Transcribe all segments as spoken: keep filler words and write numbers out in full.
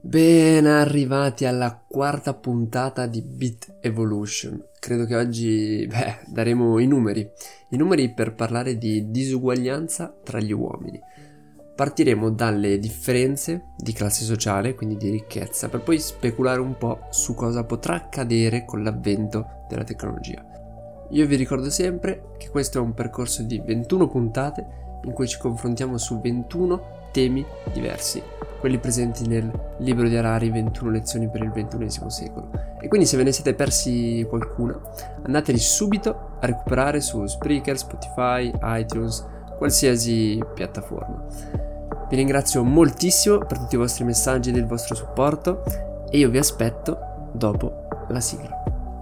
Ben arrivati alla quarta puntata di Bit Evolution. Credo che oggi, beh, daremo i numeri. I numeri per parlare di disuguaglianza tra gli uomini. Partiremo dalle differenze di classe sociale, quindi di ricchezza, per poi speculare un po' su cosa potrà accadere con l'avvento della tecnologia. Io vi ricordo sempre che questo è un percorso di ventuno puntate in cui ci confrontiamo su ventuno temi diversi, quelli presenti nel libro di Harari ventuno lezioni per il ventunesimo secolo. E quindi se ve ne siete persi qualcuna, andateli subito a recuperare su Spreaker, Spotify, iTunes, qualsiasi piattaforma. Vi ringrazio moltissimo per tutti i vostri messaggi e del vostro supporto e io vi aspetto dopo la sigla.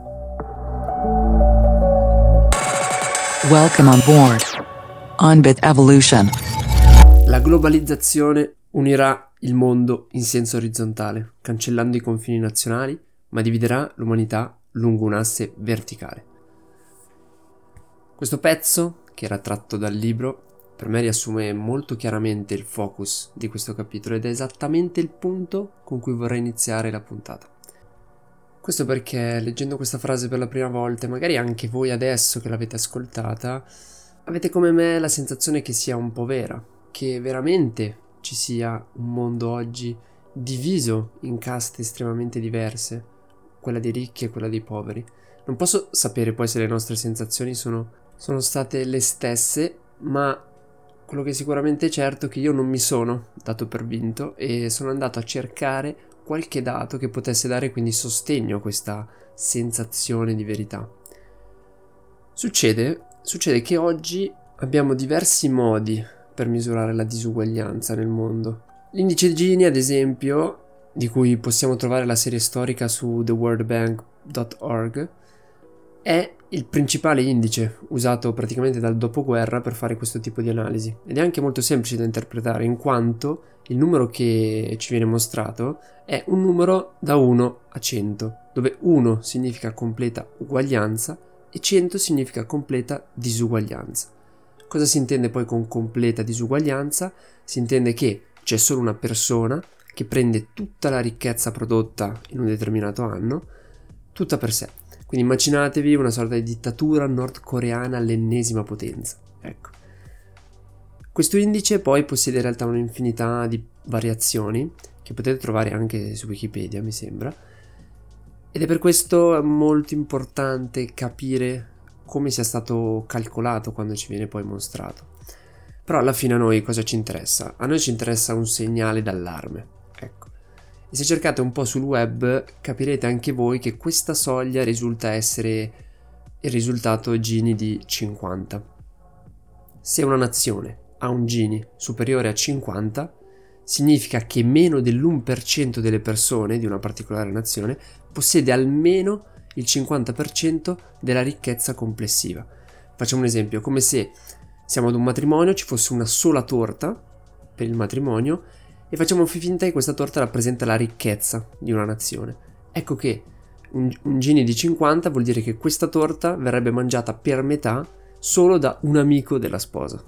Welcome on board on Bit Evolution. La globalizzazione unirà il mondo in senso orizzontale, cancellando i confini nazionali, ma dividerà l'umanità lungo un asse verticale. Questo pezzo, che era tratto dal libro, per me riassume molto chiaramente il focus di questo capitolo ed è esattamente il punto con cui vorrei iniziare la puntata. Questo perché, leggendo questa frase per la prima volta, e magari anche voi adesso che l'avete ascoltata, avete come me la sensazione che sia un po' vera, che veramente ci sia un mondo oggi diviso in caste estremamente diverse, quella dei ricchi e quella dei poveri. Non posso sapere poi se le nostre sensazioni sono, sono state le stesse, ma quello che è sicuramente certo è che io non mi sono dato per vinto e sono andato a cercare qualche dato che potesse dare quindi sostegno a questa sensazione di verità. Succede, succede che oggi abbiamo diversi modi per misurare la disuguaglianza nel mondo. L'indice Gini, ad esempio, di cui possiamo trovare la serie storica su the world bank dot org, è il principale indice usato praticamente dal dopoguerra per fare questo tipo di analisi ed è anche molto semplice da interpretare, in quanto il numero che ci viene mostrato è un numero da uno a cento, dove uno significa completa uguaglianza e cento significa completa disuguaglianza. Cosa si intende poi con completa disuguaglianza? Si intende che c'è solo una persona che prende tutta la ricchezza prodotta in un determinato anno, tutta per sé. Quindi immaginatevi una sorta di dittatura nordcoreana all'ennesima potenza. Ecco. Questo indice poi possiede in realtà un'infinità di variazioni che potete trovare anche su Wikipedia, mi sembra. Ed è per questo molto importante capire come sia stato calcolato quando ci viene poi mostrato. Però alla fine a noi cosa ci interessa? A noi ci interessa un segnale d'allarme, ecco. E se cercate un po' sul web capirete anche voi che questa soglia risulta essere il risultato Gini di cinquanta. Se una nazione ha un Gini superiore a cinquanta, significa che meno dell'uno per cento delle persone di una particolare nazione possiede almeno il cinquanta per cento della ricchezza complessiva. Facciamo un esempio, come se siamo ad un matrimonio, ci fosse una sola torta per il matrimonio e facciamo finta che questa torta rappresenta la ricchezza di una nazione. Ecco che un, un Gini di cinquanta vuol dire che questa torta verrebbe mangiata per metà solo da un amico della sposa.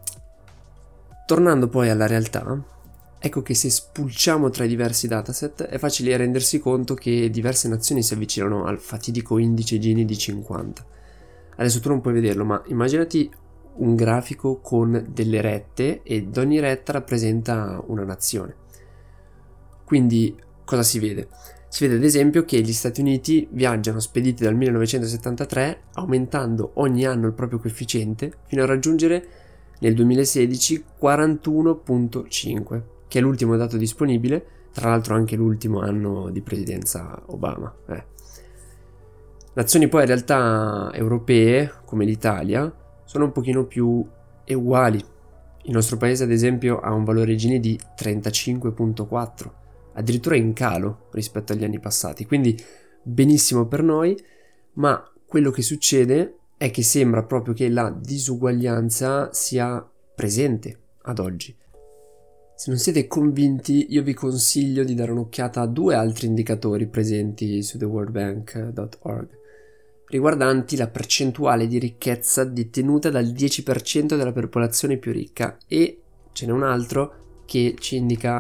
Tornando poi alla realtà, ecco che se spulciamo tra i diversi dataset è facile rendersi conto che diverse nazioni si avvicinano al fatidico indice Gini di cinquanta. Adesso tu non puoi vederlo, ma immaginati un grafico con delle rette ed ogni retta rappresenta una nazione. Quindi cosa si vede? Si vede ad esempio che gli Stati Uniti viaggiano spediti dal millenovecentosettantatré aumentando ogni anno il proprio coefficiente fino a raggiungere nel duemilasedici quarantuno virgola cinque, che è l'ultimo dato disponibile, tra l'altro anche l'ultimo anno di presidenza Obama. Eh. Nazioni poi in realtà europee, come l'Italia, sono un pochino più uguali. Il nostro paese ad esempio ha un valore Gini di trentacinque virgola quattro, addirittura in calo rispetto agli anni passati, quindi benissimo per noi, ma quello che succede è che sembra proprio che la disuguaglianza sia presente ad oggi. Se non siete convinti, io vi consiglio di dare un'occhiata a due altri indicatori presenti su the world bank dot org, riguardanti la percentuale di ricchezza detenuta dal dieci per cento della popolazione più ricca, e ce n'è un altro che ci indica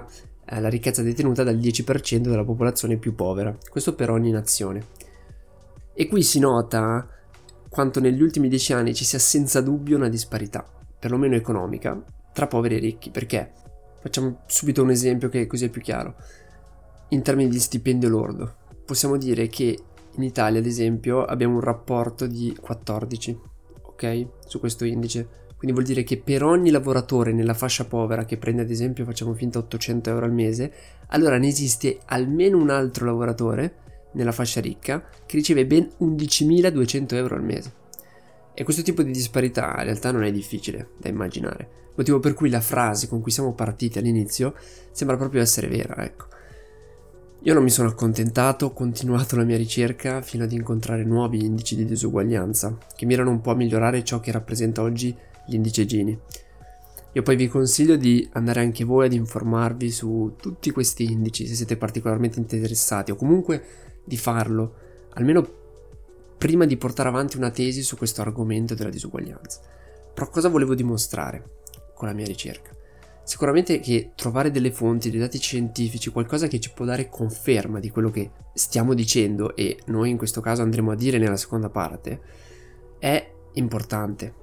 eh, la ricchezza detenuta dal dieci per cento della popolazione più povera, questo per ogni nazione. E qui si nota quanto negli ultimi dieci anni ci sia senza dubbio una disparità, perlomeno economica, tra poveri e ricchi. Perché? Facciamo subito un esempio che così è più chiaro. In termini di stipendio lordo, possiamo dire che in Italia, ad esempio, abbiamo un rapporto di quattordici, ok? Su questo indice. Quindi vuol dire che per ogni lavoratore nella fascia povera che prende, ad esempio, facciamo finta ottocento euro al mese, allora ne esiste almeno un altro lavoratore nella fascia ricca che riceve ben undicimiladuecento euro al mese. E questo tipo di disparità in realtà non è difficile da immaginare, motivo per cui la frase con cui siamo partiti all'inizio sembra proprio essere vera, ecco. Io non mi sono accontentato, ho continuato la mia ricerca fino ad incontrare nuovi indici di disuguaglianza che mirano un po' a migliorare ciò che rappresenta oggi l'indice Gini. Io poi vi consiglio di andare anche voi ad informarvi su tutti questi indici se siete particolarmente interessati, o comunque di farlo, almeno prima di portare avanti una tesi su questo argomento della disuguaglianza. Però cosa volevo dimostrare con la mia ricerca? Sicuramente che trovare delle fonti, dei dati scientifici, qualcosa che ci può dare conferma di quello che stiamo dicendo, e noi in questo caso andremo a dire nella seconda parte, è importante.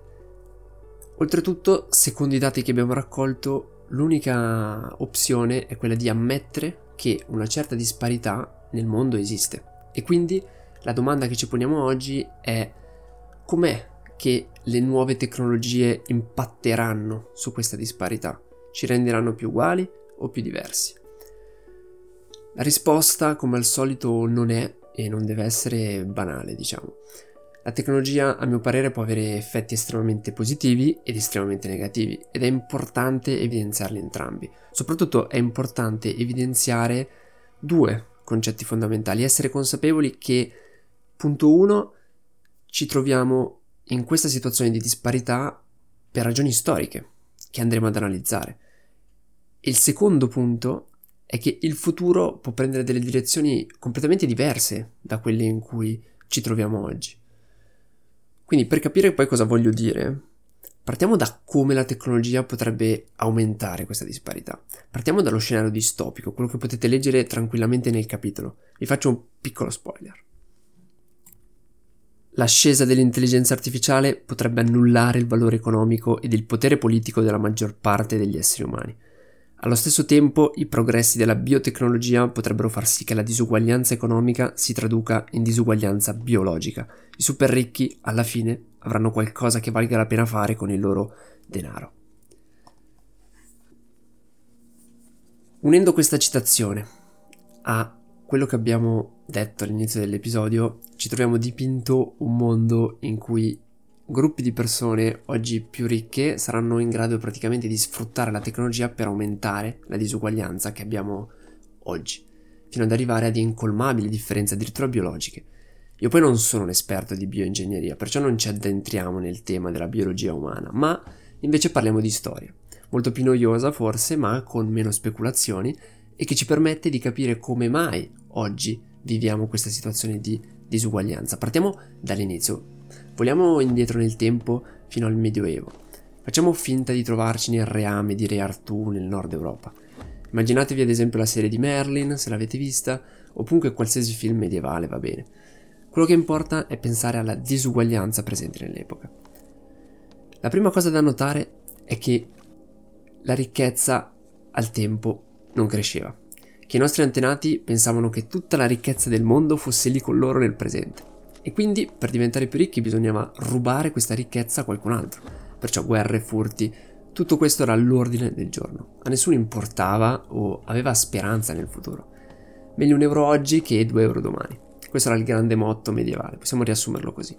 Oltretutto, secondo i dati che abbiamo raccolto, l'unica opzione è quella di ammettere che una certa disparità nel mondo esiste. E quindi la domanda che ci poniamo oggi è: com'è che le nuove tecnologie impatteranno su questa disparità? Ci renderanno più uguali o più diversi? La risposta, come al solito, non è e non deve essere banale, diciamo. La tecnologia, a mio parere, può avere effetti estremamente positivi ed estremamente negativi, ed è importante evidenziarli entrambi. Soprattutto è importante evidenziare due concetti fondamentali: essere consapevoli che, punto uno, ci troviamo in questa situazione di disparità per ragioni storiche che andremo ad analizzare. E il secondo punto è che il futuro può prendere delle direzioni completamente diverse da quelle in cui ci troviamo oggi. Quindi, per capire poi cosa voglio dire, partiamo da come la tecnologia potrebbe aumentare questa disparità. Partiamo dallo scenario distopico, quello che potete leggere tranquillamente nel capitolo. Vi faccio un piccolo spoiler. L'ascesa dell'intelligenza artificiale potrebbe annullare il valore economico ed il potere politico della maggior parte degli esseri umani. Allo stesso tempo, i progressi della biotecnologia potrebbero far sì che la disuguaglianza economica si traduca in disuguaglianza biologica. I super ricchi, alla fine, avranno qualcosa che valga la pena fare con il loro denaro. Unendo questa citazione a quello che abbiamo detto all'inizio dell'episodio, ci troviamo dipinto un mondo in cui gruppi di persone oggi più ricche saranno in grado praticamente di sfruttare la tecnologia per aumentare la disuguaglianza che abbiamo oggi, fino ad arrivare ad incolmabili differenze addirittura biologiche. Io poi non sono un esperto di bioingegneria, perciò non ci addentriamo nel tema della biologia umana, ma invece parliamo di storia, molto più noiosa forse, ma con meno speculazioni, e che ci permette di capire come mai oggi viviamo questa situazione di disuguaglianza. Partiamo dall'inizio. Voliamo indietro nel tempo fino al Medioevo. Facciamo finta di trovarci nel reame di Re Artù nel nord Europa. Immaginatevi ad esempio la serie di Merlin, se l'avete vista, o comunque qualsiasi film medievale va bene. Quello che importa è pensare alla disuguaglianza presente nell'epoca. La prima cosa da notare è che la ricchezza al tempo non cresceva, che i nostri antenati pensavano che tutta la ricchezza del mondo fosse lì con loro nel presente. E quindi per diventare più ricchi bisognava rubare questa ricchezza a qualcun altro. Perciò guerre, furti, tutto questo era all'ordine del giorno. A nessuno importava o aveva speranza nel futuro. Meglio un euro oggi che due euro domani. Questo era il grande motto medievale, possiamo riassumerlo così.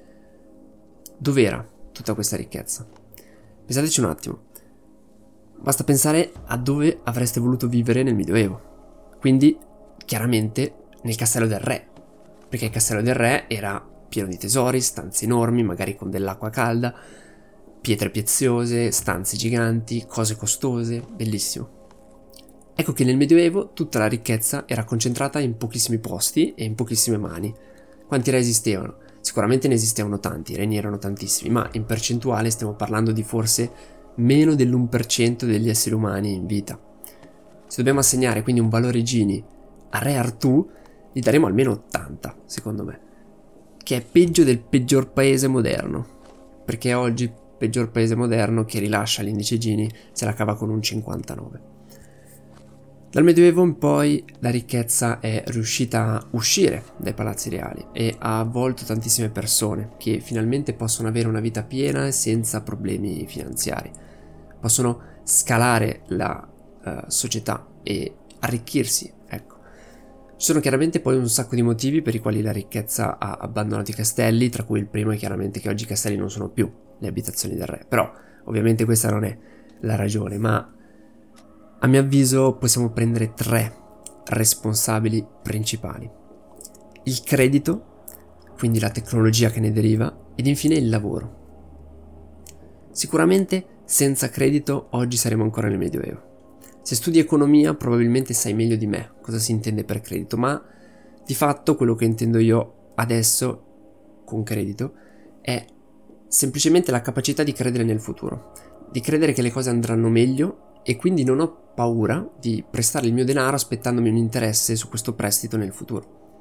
Dov'era tutta questa ricchezza? Pensateci un attimo. Basta pensare a dove avreste voluto vivere nel Medioevo. Quindi, chiaramente, nel castello del re. Perché il castello del re era pieno di tesori, stanze enormi, magari con dell'acqua calda, pietre preziose, stanze giganti, cose costose, bellissimo. Ecco che nel Medioevo tutta la ricchezza era concentrata in pochissimi posti e in pochissime mani. Quanti re esistevano? Sicuramente ne esistevano tanti, i regni erano tantissimi, ma in percentuale stiamo parlando di forse meno dell'uno per cento degli esseri umani in vita. Se dobbiamo assegnare quindi un valore Gini a Re Artù, gli daremo almeno ottanta, secondo me, che è peggio del peggior paese moderno, perché oggi il peggior paese moderno che rilascia l'indice Gini se la cava con un cinquantanove. Dal Medioevo in poi la ricchezza è riuscita a uscire dai palazzi reali e ha avvolto tantissime persone che finalmente possono avere una vita piena e senza problemi finanziari. Possono scalare la uh, società e arricchirsi, ecco. Ci sono chiaramente poi un sacco di motivi per i quali la ricchezza ha abbandonato i castelli, tra cui il primo è chiaramente che oggi i castelli non sono più le abitazioni del re, però ovviamente questa non è la ragione, ma a mio avviso possiamo prendere tre responsabili principali: il credito, quindi la tecnologia che ne deriva, ed infine il lavoro. Sicuramente senza credito oggi saremo ancora nel Medioevo. Se studi economia probabilmente sai meglio di me cosa si intende per credito, ma di fatto quello che intendo io adesso con credito è semplicemente la capacità di credere nel futuro, di credere che le cose andranno meglio, e quindi non ho paura di prestare il mio denaro aspettandomi un interesse su questo prestito nel futuro.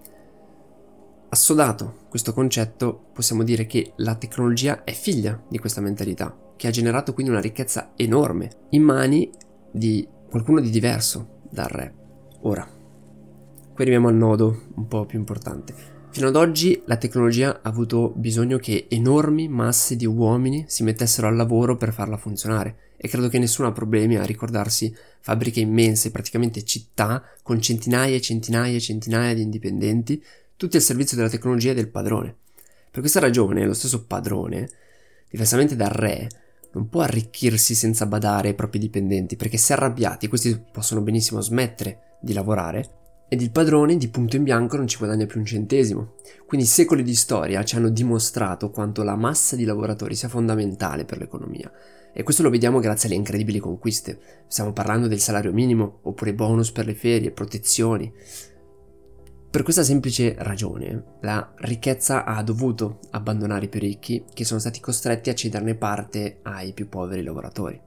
Assodato questo concetto, possiamo dire che la tecnologia è figlia di questa mentalità, che ha generato quindi una ricchezza enorme in mani di qualcuno di diverso dal re. Ora, qui arriviamo al nodo un po' più importante. Fino ad oggi la tecnologia ha avuto bisogno che enormi masse di uomini si mettessero al lavoro per farla funzionare, e credo che nessuno ha problemi a ricordarsi fabbriche immense, praticamente città con centinaia e centinaia e centinaia di indipendenti, tutti al servizio della tecnologia e del padrone. Per questa ragione lo stesso padrone, diversamente dal re, non può arricchirsi senza badare ai propri dipendenti, perché se arrabbiati questi possono benissimo smettere di lavorare ed il padrone di punto in bianco non ci guadagna più un centesimo. Quindi secoli di storia ci hanno dimostrato quanto la massa di lavoratori sia fondamentale per l'economia, e questo lo vediamo grazie alle incredibili conquiste. Stiamo parlando del salario minimo, oppure bonus per le ferie, protezioni. Per questa semplice ragione la ricchezza ha dovuto abbandonare i più ricchi, che sono stati costretti a cederne parte ai più poveri lavoratori.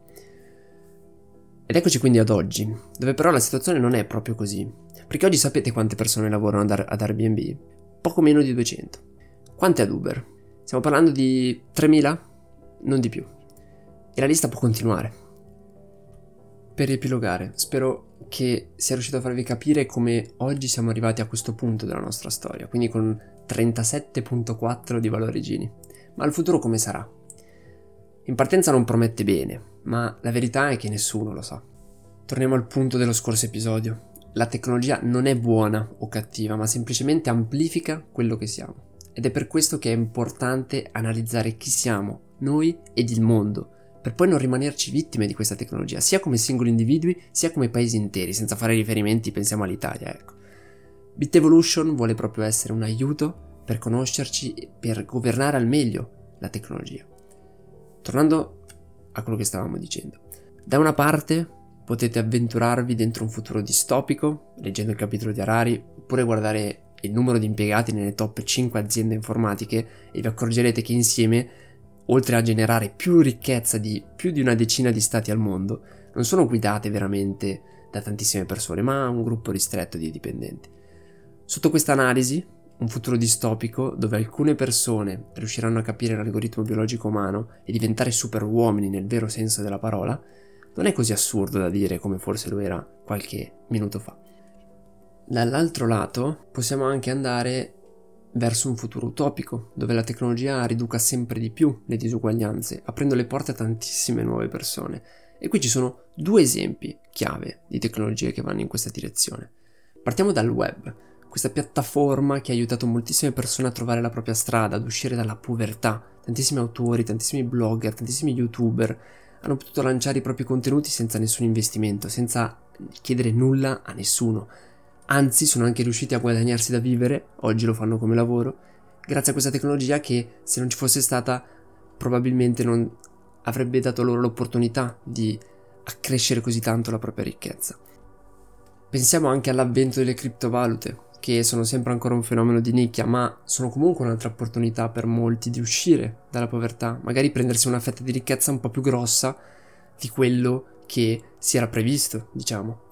Ed eccoci quindi ad oggi, dove però la situazione non è proprio così, perché oggi sapete quante persone lavorano ad, Ar- ad Airbnb? Poco meno di duecento. Quante ad Uber? Stiamo parlando di tremila? Non di più. E la lista può continuare. Per riepilogare, spero che sia riuscito a farvi capire come oggi siamo arrivati a questo punto della nostra storia, quindi con trentasette virgola quattro di valore Gini. Ma il futuro come sarà? In partenza non promette bene, ma la verità è che nessuno lo sa. Torniamo al punto dello scorso episodio. La tecnologia non è buona o cattiva, ma semplicemente amplifica quello che siamo. Ed è per questo che è importante analizzare chi siamo, noi ed il mondo, per poi non rimanerci vittime di questa tecnologia, sia come singoli individui, sia come paesi interi, senza fare riferimenti, pensiamo all'Italia, ecco. Bit Evolution vuole proprio essere un aiuto per conoscerci e per governare al meglio la tecnologia. Tornando a quello che stavamo dicendo. Da una parte potete avventurarvi dentro un futuro distopico, leggendo il capitolo di Harari, oppure guardare il numero di impiegati nelle top cinque aziende informatiche e vi accorgerete che insieme, oltre a generare più ricchezza di più di una decina di stati al mondo, non sono guidate veramente da tantissime persone, ma un gruppo ristretto di dipendenti. Sotto questa analisi, un futuro distopico dove alcune persone riusciranno a capire l'algoritmo biologico umano e diventare superuomini nel vero senso della parola, non è così assurdo da dire come forse lo era qualche minuto fa. Dall'altro lato possiamo anche andare verso un futuro utopico, dove la tecnologia riduca sempre di più le disuguaglianze, aprendo le porte a tantissime nuove persone. E qui ci sono due esempi chiave di tecnologie che vanno in questa direzione. Partiamo dal web, questa piattaforma che ha aiutato moltissime persone a trovare la propria strada, ad uscire dalla povertà. Tantissimi autori, tantissimi blogger, tantissimi youtuber hanno potuto lanciare i propri contenuti senza nessun investimento, senza chiedere nulla a nessuno. Anzi, sono anche riusciti a guadagnarsi da vivere, oggi lo fanno come lavoro, grazie a questa tecnologia che, se non ci fosse stata, probabilmente non avrebbe dato loro l'opportunità di accrescere così tanto la propria ricchezza. Pensiamo anche all'avvento delle criptovalute, che sono sempre ancora un fenomeno di nicchia, ma sono comunque un'altra opportunità per molti di uscire dalla povertà, magari prendersi una fetta di ricchezza un po' più grossa di quello che si era previsto, diciamo.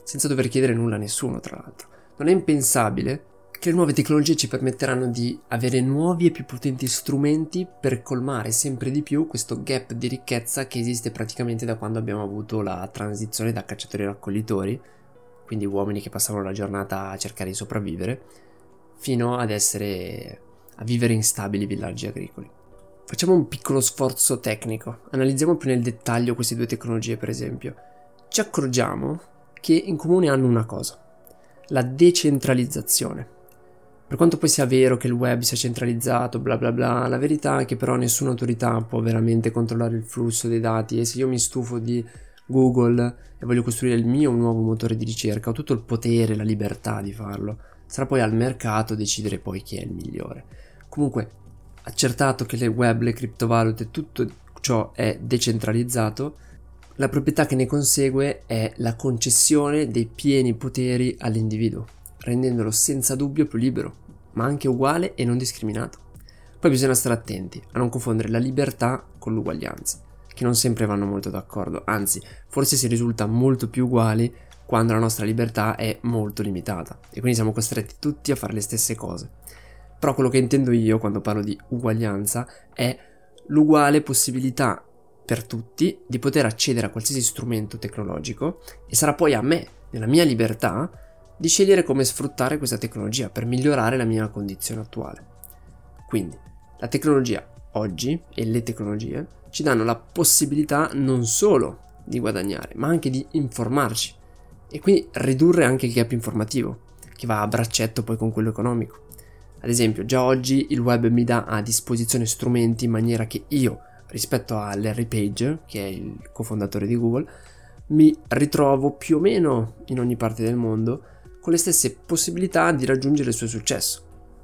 senza dover chiedere nulla a nessuno, tra l'altro. Non è impensabile che le nuove tecnologie ci permetteranno di avere nuovi e più potenti strumenti per colmare sempre di più questo gap di ricchezza che esiste praticamente da quando abbiamo avuto la transizione da cacciatori e raccoglitori, quindi uomini che passavano la giornata a cercare di sopravvivere, fino ad essere a vivere in stabili villaggi agricoli. Facciamo un piccolo sforzo tecnico, analizziamo più nel dettaglio queste due tecnologie per esempio. Ci accorgiamo che in comune hanno una cosa, la decentralizzazione. Per quanto poi sia vero che il web sia centralizzato, bla bla bla, la verità è che però nessuna autorità può veramente controllare il flusso dei dati, e se io mi stufo di Google e voglio costruire il mio nuovo motore di ricerca, ho tutto il potere, la libertà di farlo. Sarà poi al mercato decidere poi chi è il migliore. Comunque, accertato che le web, le criptovalute, tutto ciò è decentralizzato, la proprietà che ne consegue è la concessione dei pieni poteri all'individuo, rendendolo senza dubbio più libero, ma anche uguale e non discriminato. Poi bisogna stare attenti a non confondere la libertà con l'uguaglianza, che non sempre vanno molto d'accordo, anzi, forse si risulta molto più uguali quando la nostra libertà è molto limitata e quindi siamo costretti tutti a fare le stesse cose. Però quello che intendo io quando parlo di uguaglianza è l'uguale possibilità per tutti di poter accedere a qualsiasi strumento tecnologico, e sarà poi a me, nella mia libertà, di scegliere come sfruttare questa tecnologia per migliorare la mia condizione attuale. Quindi, la tecnologia oggi e le tecnologie ci danno la possibilità non solo di guadagnare, ma anche di informarci e quindi ridurre anche il gap informativo, che va a braccetto poi con quello economico. Ad esempio, già oggi il web mi dà a disposizione strumenti in maniera che io, rispetto a Larry Page, che è il cofondatore di Google, mi ritrovo più o meno in ogni parte del mondo con le stesse possibilità di raggiungere il suo successo.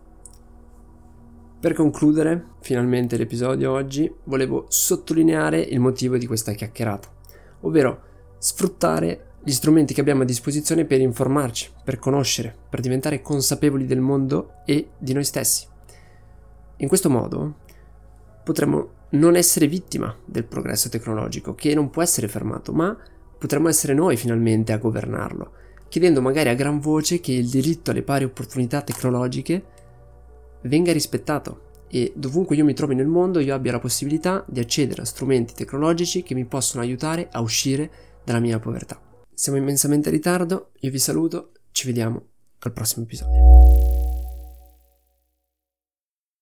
Per concludere finalmente l'episodio oggi, volevo sottolineare il motivo di questa chiacchierata, ovvero sfruttare gli strumenti che abbiamo a disposizione per informarci, per conoscere, per diventare consapevoli del mondo e di noi stessi. In questo modo potremo non essere vittima del progresso tecnologico, che non può essere fermato, ma potremo essere noi finalmente a governarlo, chiedendo magari a gran voce che il diritto alle pari opportunità tecnologiche venga rispettato e dovunque io mi trovi nel mondo io abbia la possibilità di accedere a strumenti tecnologici che mi possono aiutare a uscire dalla mia povertà. Siamo immensamente in ritardo, io vi saluto, ci vediamo al prossimo episodio.